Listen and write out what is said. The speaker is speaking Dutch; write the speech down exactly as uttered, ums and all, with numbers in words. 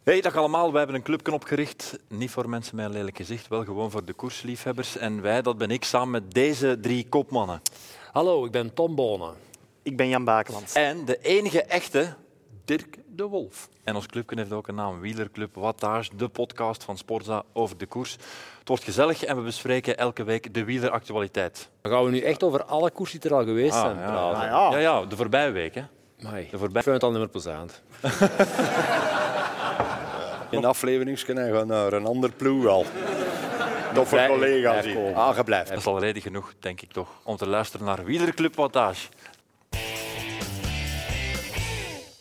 Hey, dag allemaal. We hebben een clubje opgericht. Niet voor mensen met een lelijk gezicht, wel gewoon voor de koersliefhebbers. En wij, dat ben ik, samen met deze drie kopmannen. Hallo, ik ben Tom Bonen. Ik ben Jan Bakelands. En de enige echte Dirk de Wolf. En ons clubje heeft ook een naam, Wielerclub Wattage, de podcast van Sporza over de koers. Het wordt gezellig en we bespreken elke week de wieleractualiteit. Dan gaan we nu echt over alle koersen die er al geweest zijn Ah, ja, praten. Ah, ja. ja, ja, de voorbije week. Hè. Amai, De voorbij... ik vind het al niet meer plezant. In afleveringsken gaan naar een ander ploeg al. Toffe collega's hier. Ah, je blijft. Dat is al reden genoeg, denk ik toch, om te luisteren naar Wielerclub Wattage.